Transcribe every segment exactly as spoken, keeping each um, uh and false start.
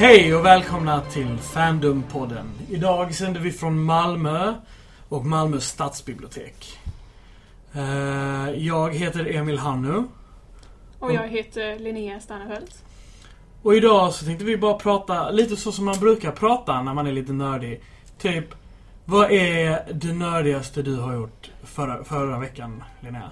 Hej och välkomna till Fandom-podden. Idag sänder vi från Malmö och Malmö stadsbibliotek. Jag heter Emil Hannu. Och jag heter Linnea Stannefelt. Och idag så tänkte vi bara prata lite så som man brukar prata när man är lite nördig. Typ, vad är det nördigaste du har gjort förra, förra veckan, Linnea?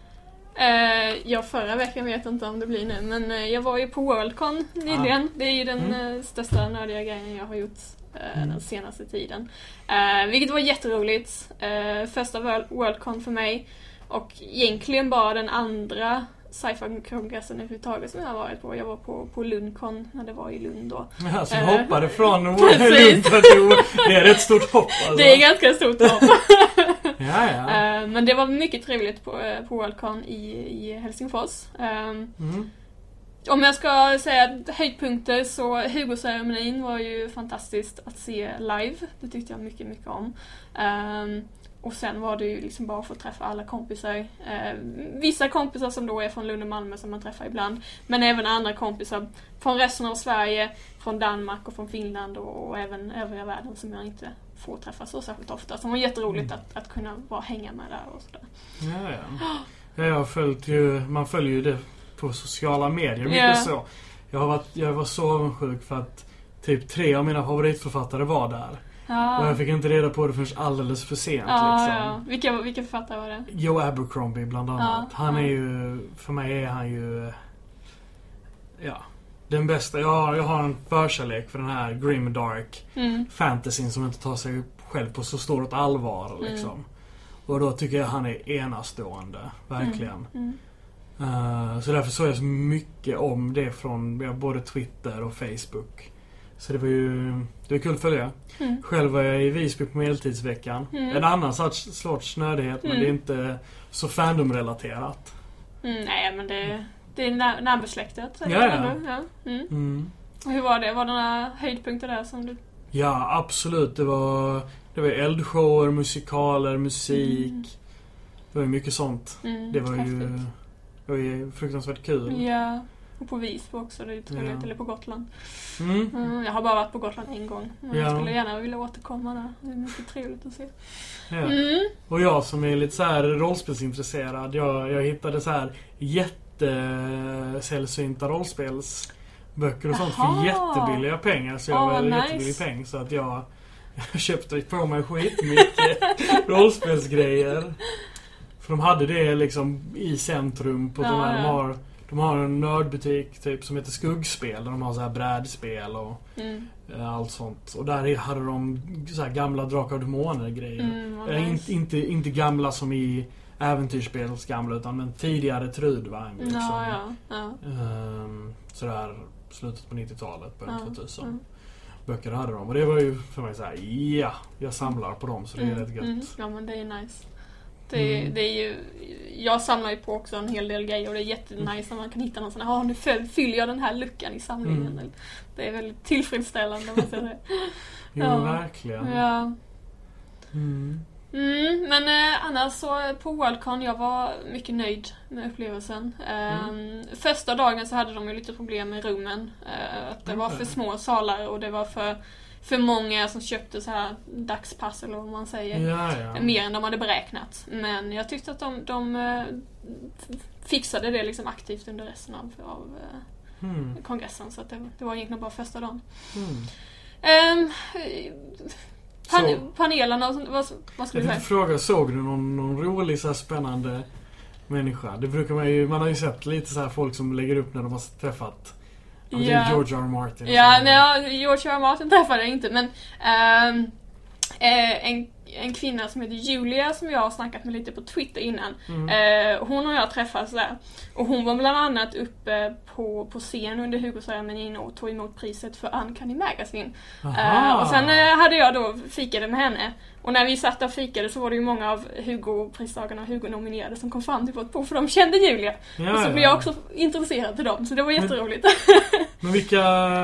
Uh, ja, förra veckan vet jag inte om det blir nu. Men uh, jag var ju på Worldcon nyligen. Ah. Det är ju den mm. uh, största nördiga grejen jag har gjort uh, mm. den senaste tiden. Uh, vilket var jätteroligt. Uh, första Worldcon för mig. Och egentligen bara den andra sci-fi-kongressen överhuvudtaget som jag har varit på. Jag var på, på Lundcon när det var i Lund då. Ja, så uh, hoppade från Lund för det är ett stort hopp. Alltså. Det är ganska stort hopp. Ja, ja. Uh, men det var mycket trevligt på, uh, på Worldcon i, i Helsingfors. Um, mm. Om jag ska säga höjdpunkter så Hugo-ceremonin var ju fantastiskt att se live. Det tyckte jag mycket, mycket om. Um, och sen var det ju liksom bara för att träffa alla kompisar. Uh, vissa kompisar som då är från Lund och Malmö som man träffar ibland. Men även andra kompisar från resten av Sverige, från Danmark och från Finland och, och även övriga världen som jag inte får träffa så särskilt ofta. Så det var jätteroligt mm. att, att kunna bara hänga med där och sådär. Ja, ja. Ja, jag har följt ju, man följer ju det på sociala medier mycket yeah. så. Jag har varit, jag var så avundsjuk för att typ tre av mina favoritförfattare var där. Ja. Och jag fick inte reda på det förrän alldeles för sent. Ja, liksom. ja. Vilka, vilka författare var det? Joe Abercrombie bland annat. Ja, han ja. är ju, för mig är han ju, ja, den bästa. Jag har, jag har en förkärlek för den här grim dark mm. fantasyn som inte tar sig själv på så stort allvar liksom. Mm. Och då tycker jag han är enastående, verkligen. Mm. Mm. Uh, så därför såg jag så mycket om det från ja, både Twitter och Facebook. Så det var ju det var kul att följa. Mm. Själv var jag i Visby på medeltidsveckan. Mm. En annan sorts, sorts nördighet, mm. men det är inte så fandom-relaterat. Mm, nej, men det, det är när, närbesläktet. Ja, ja. ja. Mm. Mm. Och hur var det? Var det några höjdpunkter där som du... Ja, absolut. Det var, det var eldshower, musikaler, musik. Mm. Det var ju mycket sånt. Mm, det var ju, det var ju fruktansvärt kul. Ja, och på Visby också. Det är ju trevligt. Ja. Eller på Gotland. Mm. Mm, jag har bara varit på Gotland en gång. Men ja. Jag skulle gärna vilja återkomma där. Det är mycket trevligt att se. Ja. Mm. Och jag som är lite så här rollspelsintresserad. Jag, jag hittade så här jättesällsynta rollspels... böcker och sånt för jättebilliga pengar. Så jag oh, var nice. jättebillig peng. Så att jag, jag köpte på mig skitmycket rollspelsgrejer. För de hade det liksom i centrum på ja, de här, ja. de, har, de har en nördbutik typ som heter Skuggspel. Där de har så här brädspel och mm. allt sånt. Och där hade de så här gamla Drakar och Demoner grejer. Mm, nice. äh, inte, inte, inte gamla som i äventyrsspels gamla utan men tidigare Trudvang liksom. Ja, ja, ja. Um, sådär slutet på nittiotalet, början ja, tvåtusen. Mm. Böcker hade de. Och det var ju för mig så här: ja, jag samlar på dem så det är mm, rätt gött. Mm. Ja, men det är nice. Det, mm. det är ju, jag samlar ju på också en hel del grejer och det är jättenice när man kan hitta någon sån här, ja, nu fyller jag den här luckan i samlingen. Mm. Det är väldigt tillfredsställande, måste jag säga. Jo, ja. verkligen. Ja. Mm. Mm, men eh, annars så på Worldcon jag var mycket nöjd med upplevelsen. Eh, mm. Första dagen så hade de ju lite problem med rummen. Eh, att det mm. var för små salar och det var för, för många som köpte så här dagspass eller vad man säger. Ja, ja. Mer än de hade beräknat. Men jag tyckte att de, de eh, fixade det liksom aktivt under resten av, av eh, mm. kongressen. Så att det, det var egentligen bara första dagen. Mm. Eh, Pan- panelerna, vad, vad skulle du säga? Fråga, såg du någon, någon rolig så här spännande människa? Det brukar man ju, man har ju sett lite så här folk som lägger upp när de har träffat ja. George R. R. Martin. Ja, nej, George R. R. Martin träffade jag inte, men ähm, äh, en, en kvinna som heter Julia som jag har snackat med lite på Twitter innan. Mm. Äh, hon och jag träffades där. Och hon var bland annat uppe på, på scen under Hugo-ceremonin och tog emot priset för Uncanny Magazine. Äh, och sen äh, hade jag då fikade med henne. Och när vi satt och fikade så var det ju många av Hugo-pristagarna och Hugo-nominerade som kom fram till vårt bord för de kände Julia. Ja, och så blev ja. jag också intresserad till dem, så det var jätteroligt. Men, men vilka...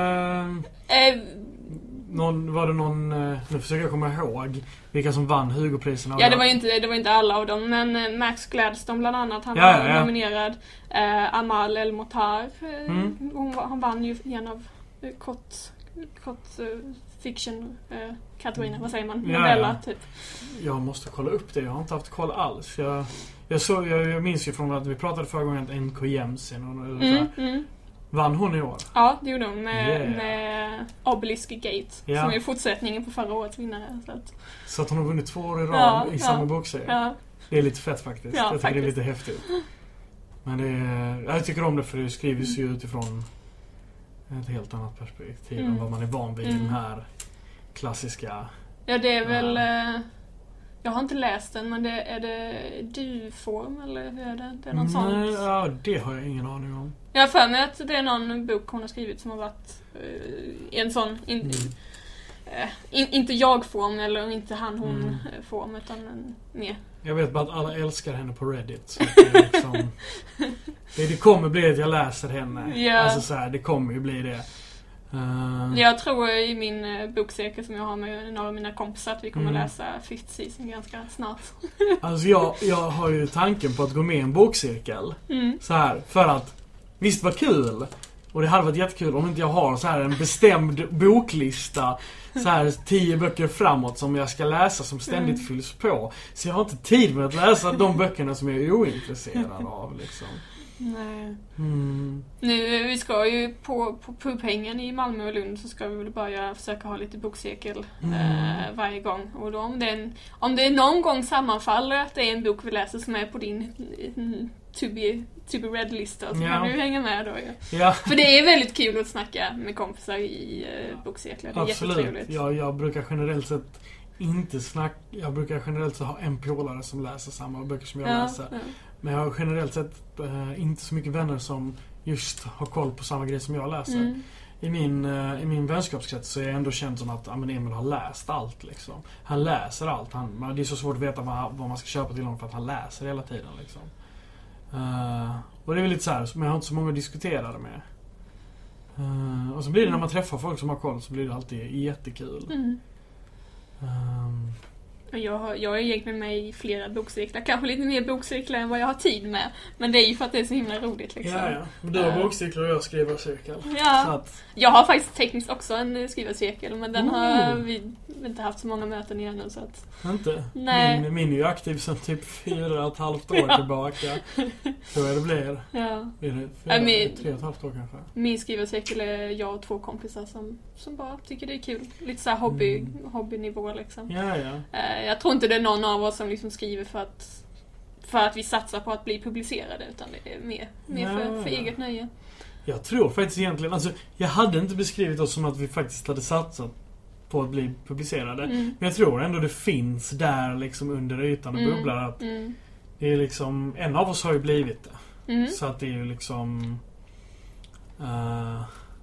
äh, Någon, var det någon, nu försöker jag komma ihåg vilka som vann Hugo-priserna. Ja, det var ju inte, det var inte alla av dem, men Max Gladstone bland annat, han ja, var ja. nominerad. Eh, Amal El Motar, eh, mm. hon, han vann ju en av kort, kort uh, fiction uh, kategorierna, vad säger man? Ja, Novella, ja. typ. Jag måste kolla upp det, jag har inte haft koll alls. Jag, jag, så, jag, jag minns ju från att vi pratade förra gången att N K Jemsin och, och Mm, mm. vann hon i år? Ja, det gjorde hon med, Yeah. med Obelisk Gate, Ja. som är fortsättningen på förra årets vinnare. Så att, Så att hon har vunnit två år i rad Ja, i ja. samma bokserie. ja. Det är lite fett faktiskt. Ja, jag tycker faktiskt. det är lite häftigt. Men det är, jag tycker om det för det skrivs ju utifrån ett helt annat perspektiv Mm. än vad man är van vid i Mm. den här klassiska... Ja, det är väl... Ja. Eh, jag har inte läst den, men det, är det du-form eller hur är det? Det är någon sån... Nej, ja, det har jag ingen aning om. Jag har för mig att det är någon bok hon har skrivit som har varit eh, en sån... In, Mm. eh, in, inte jag-form eller inte han-hon-form, Mm. utan en mer... Jag vet bara att alla älskar henne på Reddit. Så det, är liksom, det, det kommer bli att jag läser henne. Ja. Alltså så här, det kommer ju bli det. Uh, Jag tror i min eh, bokcirkel som jag har med några av mina kompisar att vi kommer Mm. läsa Fifth Season ganska snart. Alltså jag, jag har ju tanken på att gå med i en bokcirkel. Mm. Så här, för att visst var kul. Och det hade varit jättekul om inte jag har så här en bestämd boklista. Så här tio böcker framåt som jag ska läsa som ständigt Mm. fylls på. Så jag har inte tid med att läsa de böckerna som jag är ointresserad av liksom. Nej. Mm. Nu, vi ska ju på, på pubhängen i Malmö och Lund så ska vi väl börja försöka ha lite bokcirkel Mm. eh, varje gång. Och då om det, är en, om det är någon gång sammanfaller att det är en bok vi läser som är på din mm, to be, to be read-lista så Ja. kan du hänga med då ju. Ja. För det är väldigt kul att snacka med kompisar i eh, bokcirklar. Det är Absolut. jättetrevligt. Jag, jag brukar generellt sett inte snacka. Jag brukar generellt sett ha en polare som läser samma böcker som jag Ja, läser. ja. Men jag har generellt sett eh, inte så mycket vänner som just har koll på samma grej som jag läser. Mm. I min, eh, i min vänskapskrets så är jag ändå känd som att ja, men Emil har läst allt liksom. Han läser allt. Han, men det är så svårt att veta vad, vad man ska köpa till honom för att han läser hela tiden liksom. Uh, och det är väl lite så här, men jag har inte så många att diskutera det med. Uh, och så blir det när man träffar folk som har koll så blir det alltid jättekul. Mm. Um, Jag, har, jag är egentligen med i flera bokcirklar, kanske lite mer bokcirklar än vad jag har tid med. Men det är ju för att det är så himla roligt liksom. ja, ja. Du har Uh. bokcirkel och jag skriver cirkel. Ja. Så att, Jag har faktiskt tekniskt också en skrivarcirkel, men den Oh. har vi inte haft så många möten i ännu så att... inte. Nej. Min, min är ju aktiv sedan typ fyra och ett halvt år Ja. tillbaka. Så är det blir. Ja. Är det fyra, Ja, min- tre och ett halvt år kanske. Min skrivarcirkel är jag och två kompisar som, som bara tycker det är kul. Lite så här hobby, Mm. hobbynivå liksom. Ja, ja. Eh, Jag tror inte det är någon av oss som liksom skriver för att för att vi satsar på att bli publicerade, utan det är mer, mer för, Ja. för eget nöje. Jag tror faktiskt egentligen, alltså jag hade inte beskrivit oss som att vi faktiskt hade satsat på att bli publicerade. Mm. Men jag tror ändå det finns där liksom under ytan och Mm. bubblar att Mm. det är liksom, en av oss har ju blivit det. Mm. Så att det är ju liksom uh,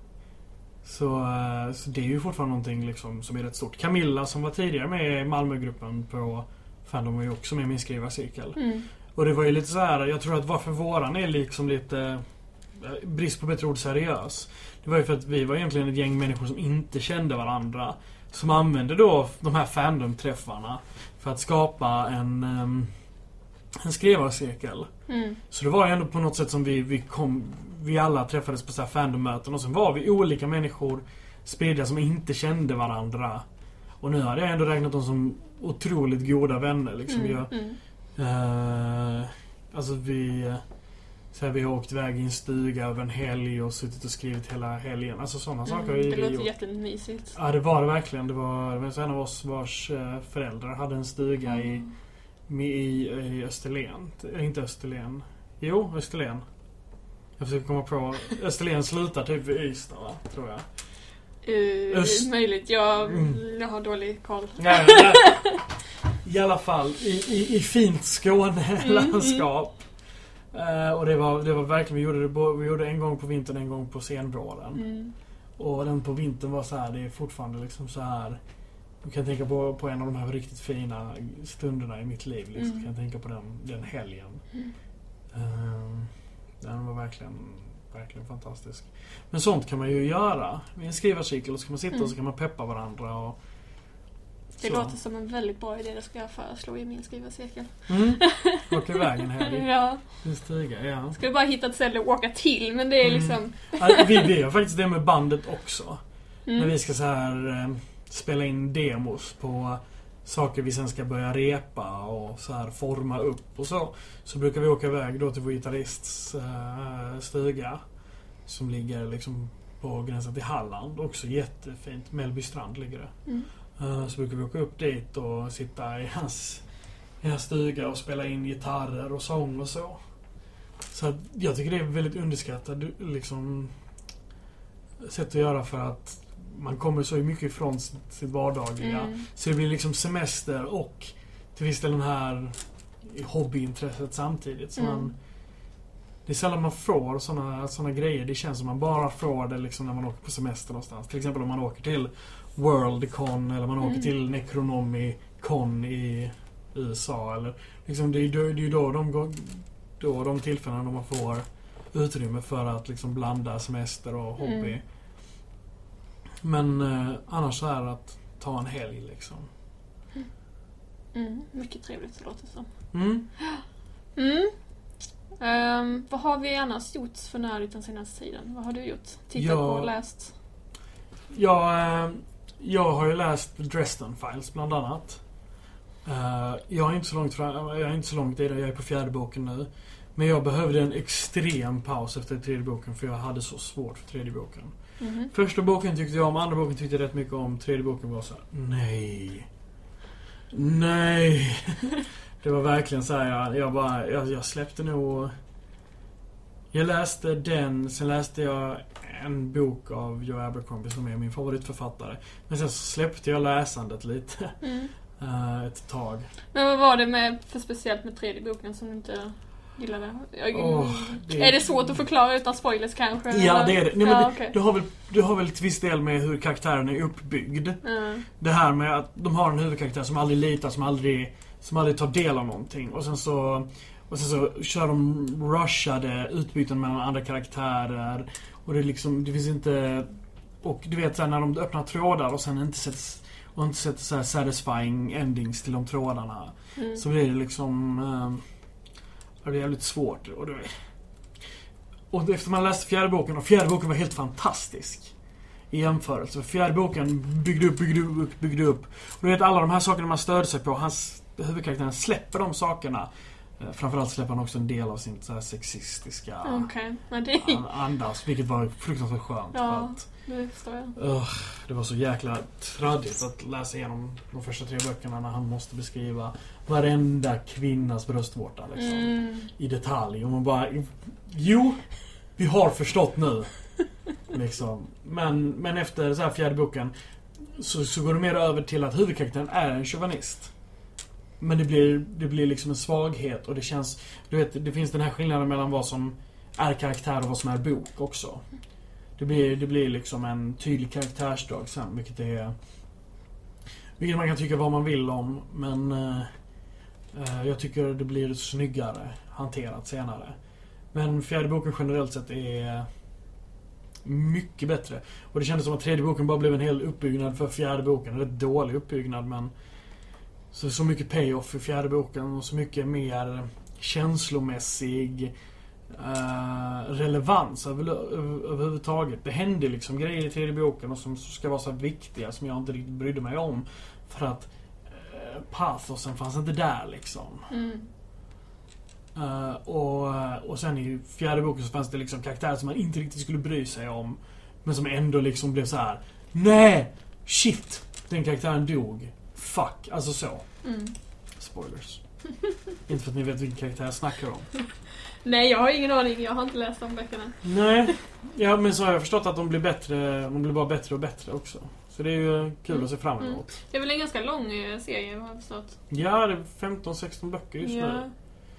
så, uh, så det är ju fortfarande någonting liksom som är rätt stort. Camilla som var tidigare med i Malmögruppen på Fandom var ju också med i min skrivarcirkel. Mm. Och det var ju lite så här, jag tror att varför våran är liksom lite eh, brist på bättre ord seriös. Det var ju för att vi var egentligen ett gäng människor som inte kände varandra. Som använde då de här fandom-träffarna för att skapa en, um, en skrivarcirkel. Mm. Så det var ju ändå på något sätt som vi, vi kom, vi alla träffades på så här fandom-möten och sen var vi olika människor spridda som inte kände varandra. Och nu hade jag ändå räknat dem som otroligt goda vänner liksom. Mm. Jag, Mm. Uh, alltså vi så här, vi har åkt iväg i en stuga över en helg och suttit och skrivit hela helgen. Alltså sådana saker har Mm. ju Det vi låter gjort. jättemysigt. Ja, det var det verkligen. Det var, det var en av oss vars uh, föräldrar hade en stuga Mm. i, i, i Österlen. Äh, inte Österlen. Jo, Österlen. Jag försöker komma på. Österlen slutar typ vid Ystad, va? Tror jag. Uh, Öst- möjligt. Jag, Mm. jag har dålig koll. Nej, nej. I alla fall i, i, i fint Skåne-landskap. Uh, och det var, det var verkligen, vi gjorde det bo- vi gjorde en gång på vintern, en gång på senvåren. Mm. Och den på vintern var så här, det är fortfarande liksom så här. Du kan tänka på, på en av de här riktigt fina stunderna i mitt liv. Liksom. Mm. Kan jag tänka på den, den helgen. Mm. Uh, den var verkligen, verkligen fantastisk. Men sånt kan man ju göra. I en skrivarcirkel så kan man sitta Mm. och så kan man peppa varandra. Och Det så. låter som en väldigt bra idé, det ska jag föreslå i min skrivarcirkel. Mm. Åka iväg en helg. Ja. En stuga, ja. Ska vi bara hitta ett ställe att åka till, men det är Mm. liksom... Alltså, vi, vi har faktiskt det med bandet också. Mm. När vi ska så här eh, spela in demos på saker vi sen ska börja repa och så här forma upp och så. Så brukar vi åka iväg då till vår gitarrists eh, stuga. Som ligger liksom på gränsen till Halland. Också jättefint. Mellbystrand ligger det. Mm. Uh, så brukar vi åka upp dit och sitta i hans, i hans stuga och spela in gitarrer och sång och så. Så jag tycker det är väldigt underskattat liksom, sätt att göra för att man kommer så mycket ifrån sitt vardagliga. Mm. Så det blir liksom semester och till viss del den här hobbyintresset samtidigt. Så mm. man, det är sällan man får såna, såna grejer. Det känns som man bara får det liksom när man åker på semester någonstans. Till exempel om man åker till Worldcon eller man mm. åker till Necronomicon i U S A. Eller, liksom, det är ju det är då, de, då de tillfällen då man får utrymme för att liksom blanda semester och hobby. Mm. Men eh, annars så är det att ta en helg liksom. Mm. Mm, mycket trevligt så låter det som. Mm. Mm. Um, vad har vi annars gjort för nördigt den senaste tiden? Vad har du gjort? Tittat jag, på och läst? Ja, eh, jag har ju läst Dresden Files bland annat. Uh, jag är inte så långt fram, jag är inte så långt i det, jag är på fjärde boken nu. Men jag behövde en extrem paus efter tredje boken för jag hade så svårt för tredje boken. Mm-hmm. Första boken tyckte jag om, andra boken tyckte jag rätt mycket om, tredje boken var så här: nej. Nej. Det var verkligen så här, jag, jag bara jag, jag släppte nog. Jag läste den, sen läste jag en bok av Joe Abercrombie som är min favoritförfattare. Men sen så släppte jag läsandet lite. Mm. Uh, ett tag. Men vad var det med för speciellt med tredje boken som du inte gillade? Jag, oh, det är det svårt att förklara utan spoilers kanske? Ja, eller? det är det. Nej, men ja, det, okay. det, har väl, det har väl till viss del med hur karaktären är uppbyggd. Mm. Det här med att de har en huvudkaraktär som aldrig litar, som aldrig, som aldrig tar del av någonting. Och sen så, och sen så kör de rushade utbyten mellan andra karaktärer. Och det, liksom, det finns inte... Och du vet så här, när de öppnar trådar och sen inte sätts... Och inte sätter så här satisfying endings till de trådarna. Mm. Så blir det liksom... Eh, det är jävligt svårt. Och, det, och efter man läste fjärde boken, och fjärde boken var helt fantastisk i jämförelse. Fjärde boken byggde upp, byggde upp, byggde upp. Och du vet, alla de här sakerna man störde sig på, hans huvudkaraktären släpper de sakerna. Framförallt släpper han också en del av sin så här sexistiska okay. det... andas, vilket var fruktansvärt skönt. Ja, för att, det förstår jag. Uh, det var så jäkla traddigt att läsa igenom de första tre böckerna när han måste beskriva varenda kvinnas bröstvårta liksom, mm. i detalj. Och man bara, jo, vi har förstått nu. liksom. men, men efter så här fjärde boken så, så går det mer över till att huvudkaraktären är en chauvinist. Men det blir, det blir liksom en svaghet och det känns, du vet, det finns den här skillnaden mellan vad som är karaktär och vad som är bok också. Det blir, det blir liksom en tydlig karaktärsdrag sen, vilket är, vilket man kan tycka vad man vill om, men eh, jag tycker det blir snyggare hanterat senare. Men fjärde boken generellt sett är mycket bättre. Och det kändes som att tredje boken bara blev en hel uppbyggnad för fjärde boken. En rätt dålig uppbyggnad, men så, så mycket payoff i fjärde boken och så mycket mer känslomässig uh, relevans över, över, överhuvudtaget. Det hände liksom grejer i tredje boken och som ska vara så viktiga som jag inte riktigt brydde mig om för att uh, pathosen fanns inte där liksom. Mm. Uh, och, och sen i fjärde boken så fanns det liksom karaktärer som man inte riktigt skulle bry sig om, men som ändå liksom blev så här: nej, shit, den karaktären dog. Fuck, alltså så. Mm. Spoilers. Inte för att ni vet vilken karaktär jag snackar om. Nej, jag har ingen aning. Jag har inte läst de böckerna. Nej, ja, men så har jag förstått att de blir bättre. De blir bara bättre och bättre också. Så det är ju kul mm. att se fram emot. Mm. Det är väl en ganska lång serie, har jag förstått. Ja, det är femton sexton böcker just ja. nu.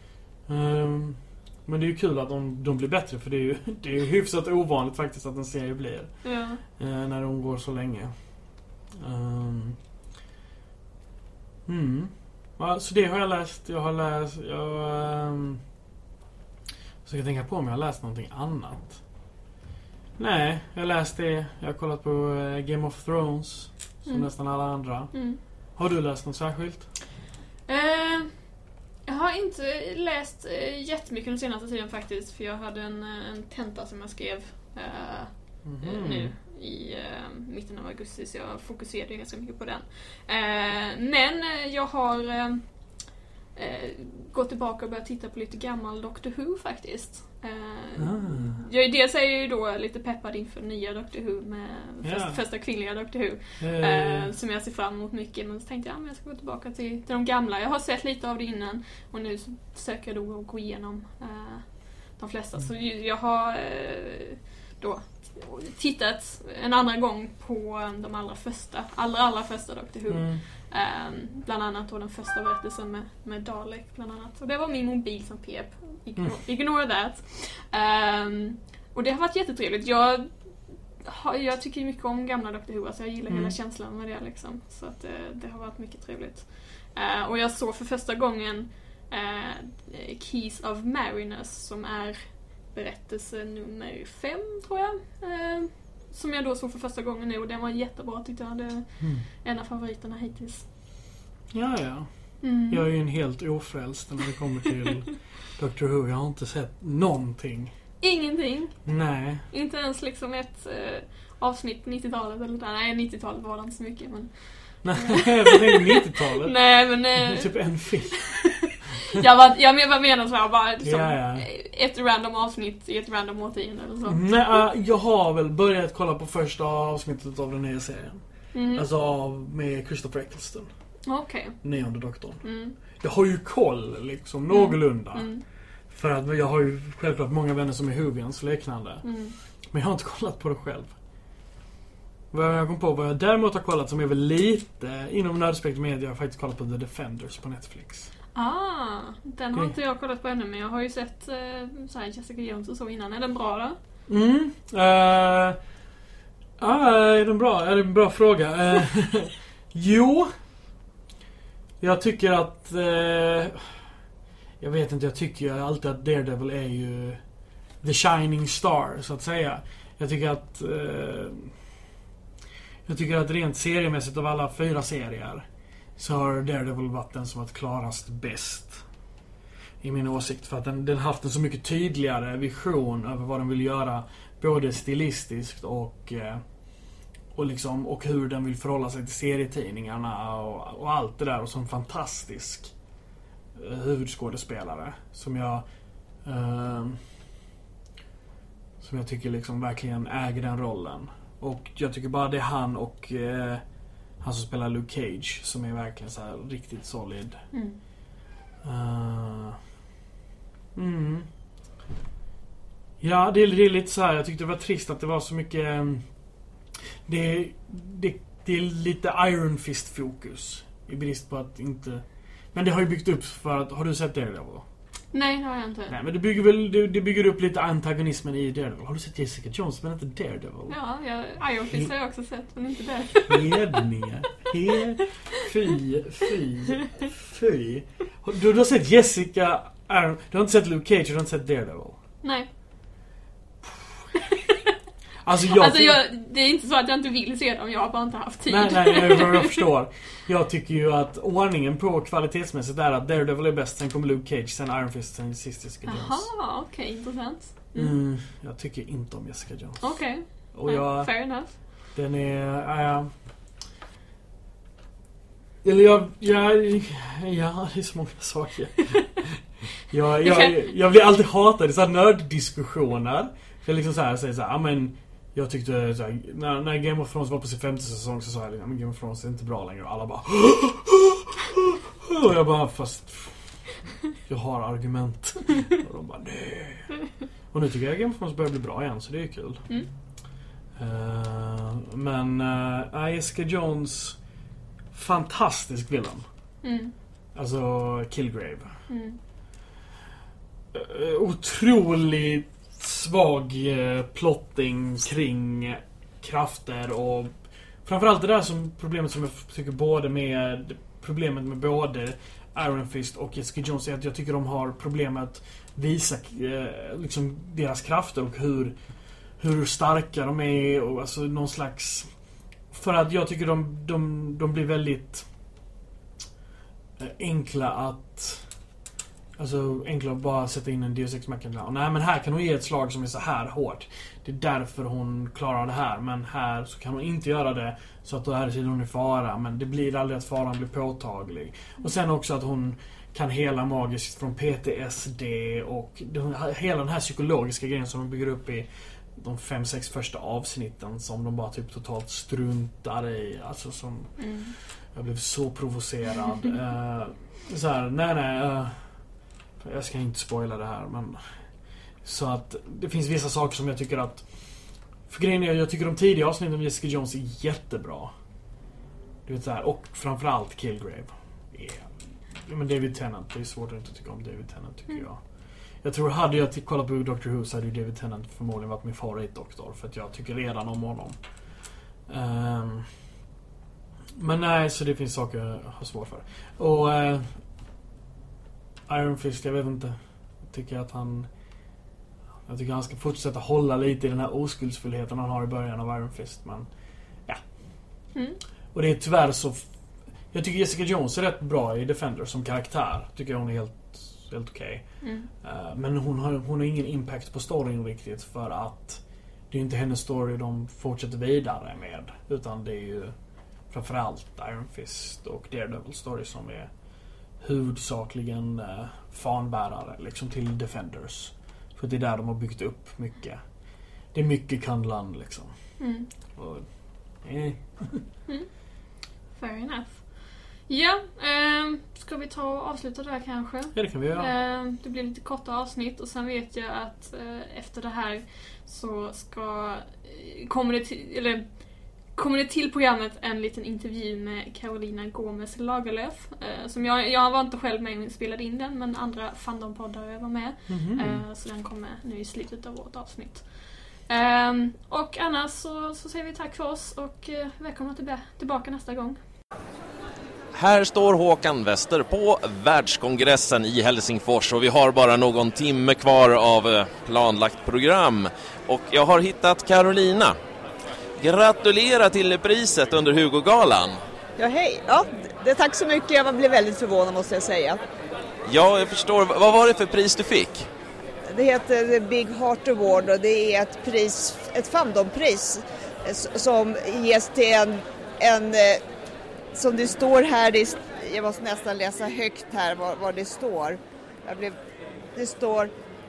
Um, men det är ju kul att de, de blir bättre. För det är ju det är ju hyfsat ovanligt faktiskt att en serie blir. Ja. Uh, när de går så länge. Um, Mm. Ja, så det har jag läst. Jag har läst... Jag, um, så jag tänka på om jag har läst någonting annat. Nej, jag har läst det. Jag har kollat på uh, Game of Thrones. Som mm. nästan alla andra. Mm. Har du läst något särskilt? Uh, jag har inte läst uh, jättemycket den senaste tiden faktiskt. För jag hade en, en tenta som jag skrev uh, mm. uh, nu i uh, mitten av augusti, så jag fokuserade ganska mycket på den. Uh, men uh, jag har uh, uh, gått tillbaka och börjat titta på lite gammal Doctor Who faktiskt. Uh, ah. jag, dels är jag ju då lite peppad inför nya Doctor Who med yeah. första, första kvinnliga Doctor Who uh, uh, som jag ser fram emot mycket, men så tänkte jag att ja, jag ska gå tillbaka till, till de gamla. Jag har sett lite av det innan och nu så försöker jag då gå igenom uh, de flesta. Mm. Så jag har uh, då tittat en andra gång på de allra första allra, allra första Doctor Who. Mm. Um, bland annat då den första berättelsen med, med Dalek bland annat. Och det var min mobil som pep. Ignore, mm. ignore that. Um, och det har varit jättetrevligt. Jag, jag tycker mycket om gamla Doctor Who. Alltså jag gillar mm. hela känslan med det liksom. Så att, uh, det har varit mycket trevligt. Uh, och jag såg för första gången uh, Keys of Marinus, som är berättelse nummer fem tror jag. Uh, som jag då såg för första gången nu, och den var jättebra tyckte jag. Det är mm. en av favoriterna hittills. Ja, ja. Mm. Jag är ju en helt ofrälst när det kommer till Doctor Who. Jag har inte sett någonting. Ingenting? Nej. Inte ens liksom ett uh, avsnitt nittiotalet eller där. Nej, nittiotalet var det inte så mycket, men... Nej, det är nittiotalet. Nej, men... Uh... typ en film. jag, var, jag, men, jag menar så här, bara liksom, ja, ja. ett random avsnitt i ett random årtionde eller så. Nej, uh, jag har väl börjat kolla på första avsnittet av den nya serien. Mm. Alltså av, med Christopher Eccleston. Okej. Okay. Nionde doktorn. Mm. Jag har ju koll liksom, någorlunda. Mm. För att jag har ju självklart många vänner som är Whovians liknande. Mm. Men jag har inte kollat på det själv. Vad jag kom på, vad jag däremot har kollat som är väl lite inom nördspektrum media, jag har faktiskt kollat på The Defenders på Netflix. Ah, den har inte jag kollat på ännu, men jag har ju sett uh, så här Jessica Jones och så innan. Är den bra då? Mm. Uh, ah, är den bra? Är det en bra fråga? Uh, jo. Jag tycker att uh, jag vet inte, jag tycker ju alltid att Daredevil är ju the shining star, så att säga. Jag tycker att uh, jag tycker att rent seriemässigt av alla fyra serier så har Daredevil varit den som varit klarast bäst i min åsikt, för att den, den haft en så mycket tydligare vision över vad den vill göra, både stilistiskt och och liksom och hur den vill förhålla sig till serietidningarna och, och allt det där, och som fantastisk uh, huvudskådespelare som jag uh, som jag tycker liksom verkligen äger den rollen. Och jag tycker bara det är han och uh, han som spelar Luke Cage som är verkligen så här riktigt solid. Mm. Uh, mm. Ja, det är, det är lite så här. Jag tyckte det var trist att det var så mycket. Det, det, det är lite Iron Fist fokus i brist på att inte. Men det har ju byggt upp för att. Har du sett Daredevil? Nej, det har jag inte. Nej, men det bygger väl det, det bygger upp lite antagonismen i Daredevil. Har du sett Jessica Jones men inte Daredevil? Ja, jag, Iron Fist har jag också sett, men inte det. Hedningar. He, fy, fy, fy. Du, du har sett Jessica Iron, du har inte sett Luke Cage, du har inte sett Daredevil. Nej. Alltså, jag, alltså jag, det är inte så att jag inte vill se dem, jag har bara inte haft tid. Nej, nej, jag, jag förstår. Jag tycker ju att ordningen på kvalitetsmässigt är att Daredevil är bäst, sen kommer Luke Cage, sen Iron Fist, sen sist Jessica Jones. Jaha, okej, okay, intressant. Mm. Mm, jag tycker inte om Jessica Jones. Okej, okay. uh, fair enough. Den är... Uh, eller jag... jag ja, det är så många saker. jag, jag, jag blir alltid hatad i sådana nörddiskussioner. För liksom så här, säger så här, men jag tyckte så här, när, när Game of Thrones var på sin femte säsong så sa jag, men Game of Thrones är inte bra längre, och alla bara och jag bara, fast jag har argument. Och de bara, nej. Och nu tycker jag Game of Thrones börjar bli bra igen, så det är kul. Mm. Uh, men uh, Jessica Jones, fantastisk villain. Mm. Alltså Killgrave. Mm. Uh, otroligt svag eh, plotting kring krafter, och framförallt det där som problemet som jag tycker både med problemet med både Iron Fist och Jessica Jones är att jag tycker de har problemet att visa eh, liksom deras krafter och hur hur starka de är, och alltså någon slags, för att jag tycker de de, de blir väldigt eh, enkla att Alltså enklare att bara sätta in en Deus Ex Machina. Och nej, men här kan hon ge ett slag som är så här hårt. Det är därför hon klarar det här. Men här så kan hon inte göra det så att då är det hon i fara. Men det blir aldrig att faran blir påtaglig. Och sen också att hon kan hela magiskt från P T S D. Och hela den här psykologiska grejen som de bygger upp i de fem, sex första avsnitten som de bara typ totalt struntar i. Alltså som... Mm. Jag blev så provocerad. uh, så här, nej nej... Uh, jag ska inte spoila det här, men... Så att det finns vissa saker som jag tycker att... För grejen är, jag tycker de tidiga avsnitten av Jessica Jones är jättebra. Du vet så här, och framförallt Kilgrave. Yeah. Men David Tennant, det är svårt att inte tycka om David Tennant tycker mm. jag. Jag tror, hade jag kollat på Doctor Who så hade ju David Tennant förmodligen varit min favoritdoktor. För att jag tycker redan om honom. Um, men nej, så det finns saker jag har svårt för. Och uh, Iron Fist, jag vet inte. Jag tycker att han... Jag tycker han ska fortsätta hålla lite i den här oskuldsfullheten han har i början av Iron Fist. Men ja. Mm. Och det är tyvärr så... Jag tycker Jessica Jones är rätt bra i Defender som karaktär. Tycker jag hon är helt... helt okej. Okay. Mm. Uh, men hon har, hon har ingen impact på storyn riktigt för att det är inte hennes story de fortsätter vidare med, utan det är ju framförallt Iron Fist och Daredevil story som är huvudsakligen uh, fanbärare liksom till Defenders. För det är där de har byggt upp mycket. Det är mycket Kandland liksom. Mm. Och, eh. mm. Fair enough. Ja, eh, ska vi ta och avsluta där kanske? Ja, det kan vi göra. Eh, det blir lite korta avsnitt och sen vet jag att eh, efter det här så ska kommer det till, eller kommer det till programmet en liten intervju med Carolina Gomez Lagerlöf eh, som jag jag var inte själv med och spelade in den, men andra fandompoddare var med. Mm-hmm. Eh, så den kommer nu i slutet av vårt avsnitt. Eh, och annars så, så säger vi tack för oss och eh, välkomna till, tillbaka nästa gång. Här står Håkan Wester på världskongressen i Helsingfors och vi har bara någon timme kvar av planlagt program. Och jag har hittat Carolina. Gratulerar till priset under Hugo-galan. Ja, hej. Ja, det, tack så mycket. Jag blev väldigt förvånad måste jag säga. Ja, jag förstår. Vad var det för pris du fick? Det heter The Big Heart Award och det är ett pris, ett fandompris som ges till en... en som det står här, det, jag måste nästan läsa högt här vad, vad det står. Jag blev, det står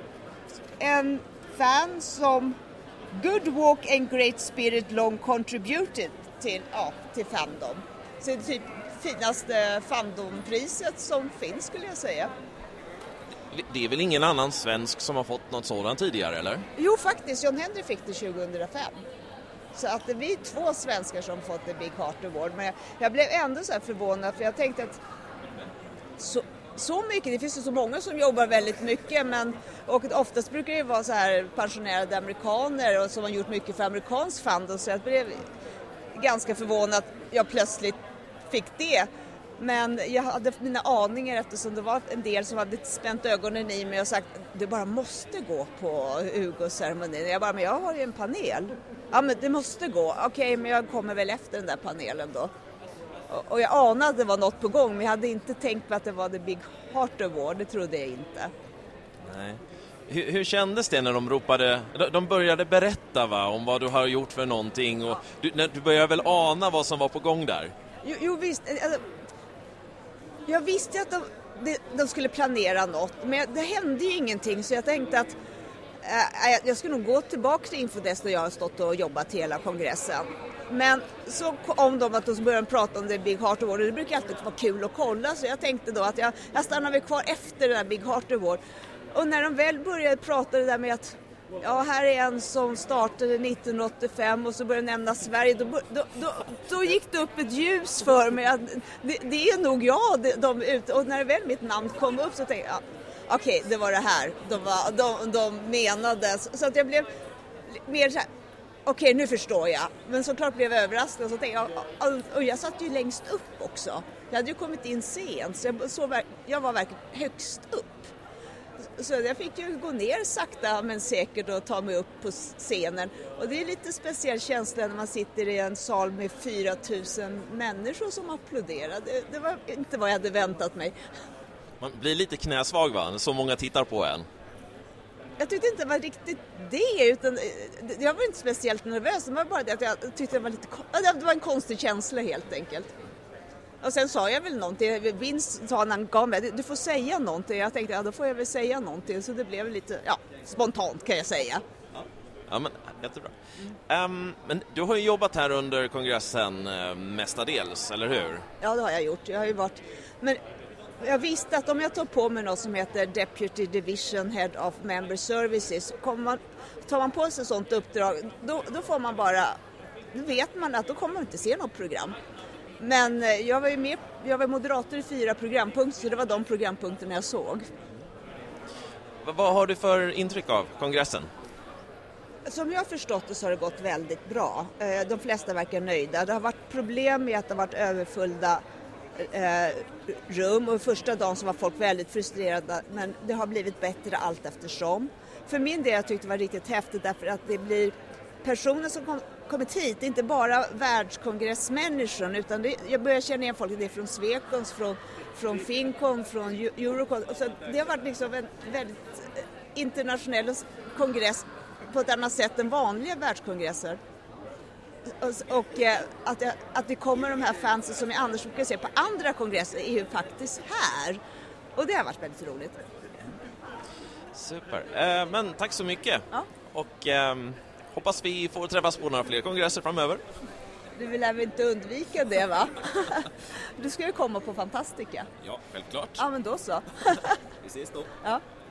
en fan som good walk and great spirit long contributed till, ja, till fandom. Så det är typ finaste fandompriset som finns skulle jag säga. Det är väl ingen annan svensk som har fått något sådant tidigare, eller? Jo, faktiskt. John Henry fick det tjugohundrafem. Så att det är två svenskar som fått The Big Heart Award. Men jag, jag blev ändå så här förvånad för jag tänkte att så, så mycket, det finns ju så många som jobbar väldigt mycket. Men, och oftast brukar det vara så här pensionerade amerikaner och som har gjort mycket för amerikansk fandom. Så jag blev ganska förvånad att jag plötsligt fick det. Men jag hade mina aningar eftersom det var en del som hade spänt ögonen i mig och sagt du bara måste gå på Hugo-ceremonin. Jag bara, men jag har ju en panel. Ja, men det måste gå. Okej, okay, men jag kommer väl efter den där panelen då. Och jag anade att det var något på gång, men jag hade inte tänkt på att det var The Big Heart Award. Det trodde jag inte. Nej. Hur, hur kändes det när de ropade, de började berätta va, om vad du har gjort för någonting och du, när du började väl ana vad som var på gång där? Jo, jo visst. Alltså, jag visste att de, de, de skulle planera något, men det hände ju ingenting så jag tänkte att äh, jag skulle nog gå tillbaka till Infodesk när jag har stått och jobbat hela kongressen. Men så kom de att de började prata om det Big Heart Award och det brukar alltid vara kul att kolla så jag tänkte då att jag, jag stannar väl kvar efter den här Big Heart Award. Och när de väl började prata det där med att ja, här är en som startade nittonhundraåttiofem och så började nämna Sverige. Då, då, då, då gick det upp ett ljus för mig att det, det är nog jag. De, de ut, och när väl mitt namn kom upp så tänkte jag, ja, okej, okay, det var det här. De, var, de, de menade. Så att jag blev mer så här, okej, okay, nu förstår jag. Men såklart blev jag överraskad. Så tänkte jag, och jag satt ju längst upp också. Jag hade ju kommit in sent så jag, så, jag var verkligen högst upp. Så jag fick ju gå ner sakta men säkert och ta mig upp på scenen. Och det är lite speciell känsla när man sitter i en sal med fyra tusen människor som applåderar. Det, det var inte vad jag hade väntat mig. Man blir lite knäsvag, va? Så många tittar på en. Jag tyckte inte det var riktigt det, utan jag var inte speciellt nervös. Det var bara det att jag tyckte det var lite, det var en konstig känsla helt enkelt. Och sen sa jag väl någonting, Vince sa när han gav mig, du får säga någonting. Jag tänkte, ja då får jag väl säga någonting. Så det blev lite, ja, spontant kan jag säga. Ja, ja men jättebra. Mm. Um, men du har ju jobbat här under kongressen uh, mestadels, eller hur? Ja, det har jag gjort. Jag har ju varit, men jag visste att om jag tar på mig något som heter Deputy Division Head of Member Services, kommer man, tar man på sig sånt uppdrag, då, då får man bara, då vet man att då kommer man inte se något program. Men jag var ju med, jag var moderator i fyra programpunkter, så det var de programpunkterna jag såg. V- vad har du för intryck av kongressen? Som jag har förstått det så har det gått väldigt bra. De flesta verkar nöjda. Det har varit problem med att det har varit överfulla eh, rum, och första dagen så var folk väldigt frustrerade, men det har blivit bättre allt eftersom. För min del jag tyckte det var riktigt häftigt därför att det blir personer som kom, kommit hit, inte bara världskongressmänniskor, utan det, jag börjar känna igen folk, det är från Swecons, från, från Fincon, från Eurocon. Så det har varit liksom en väldigt internationell kongress på ett annat sätt än vanliga världskongresser. Och, och att, det, att det kommer de här fansen som jag annars brukar se på andra kongresser är ju faktiskt här. Och det har varit väldigt roligt. Super. Eh, men tack så mycket. Ja. Och eh, hoppas vi får träffas på några fler kongresser framöver. Du vill även inte undvika det, va? Du ska ju komma på Fantastica. Ja, självklart. Ja, men då så. Vi ses då. Ja.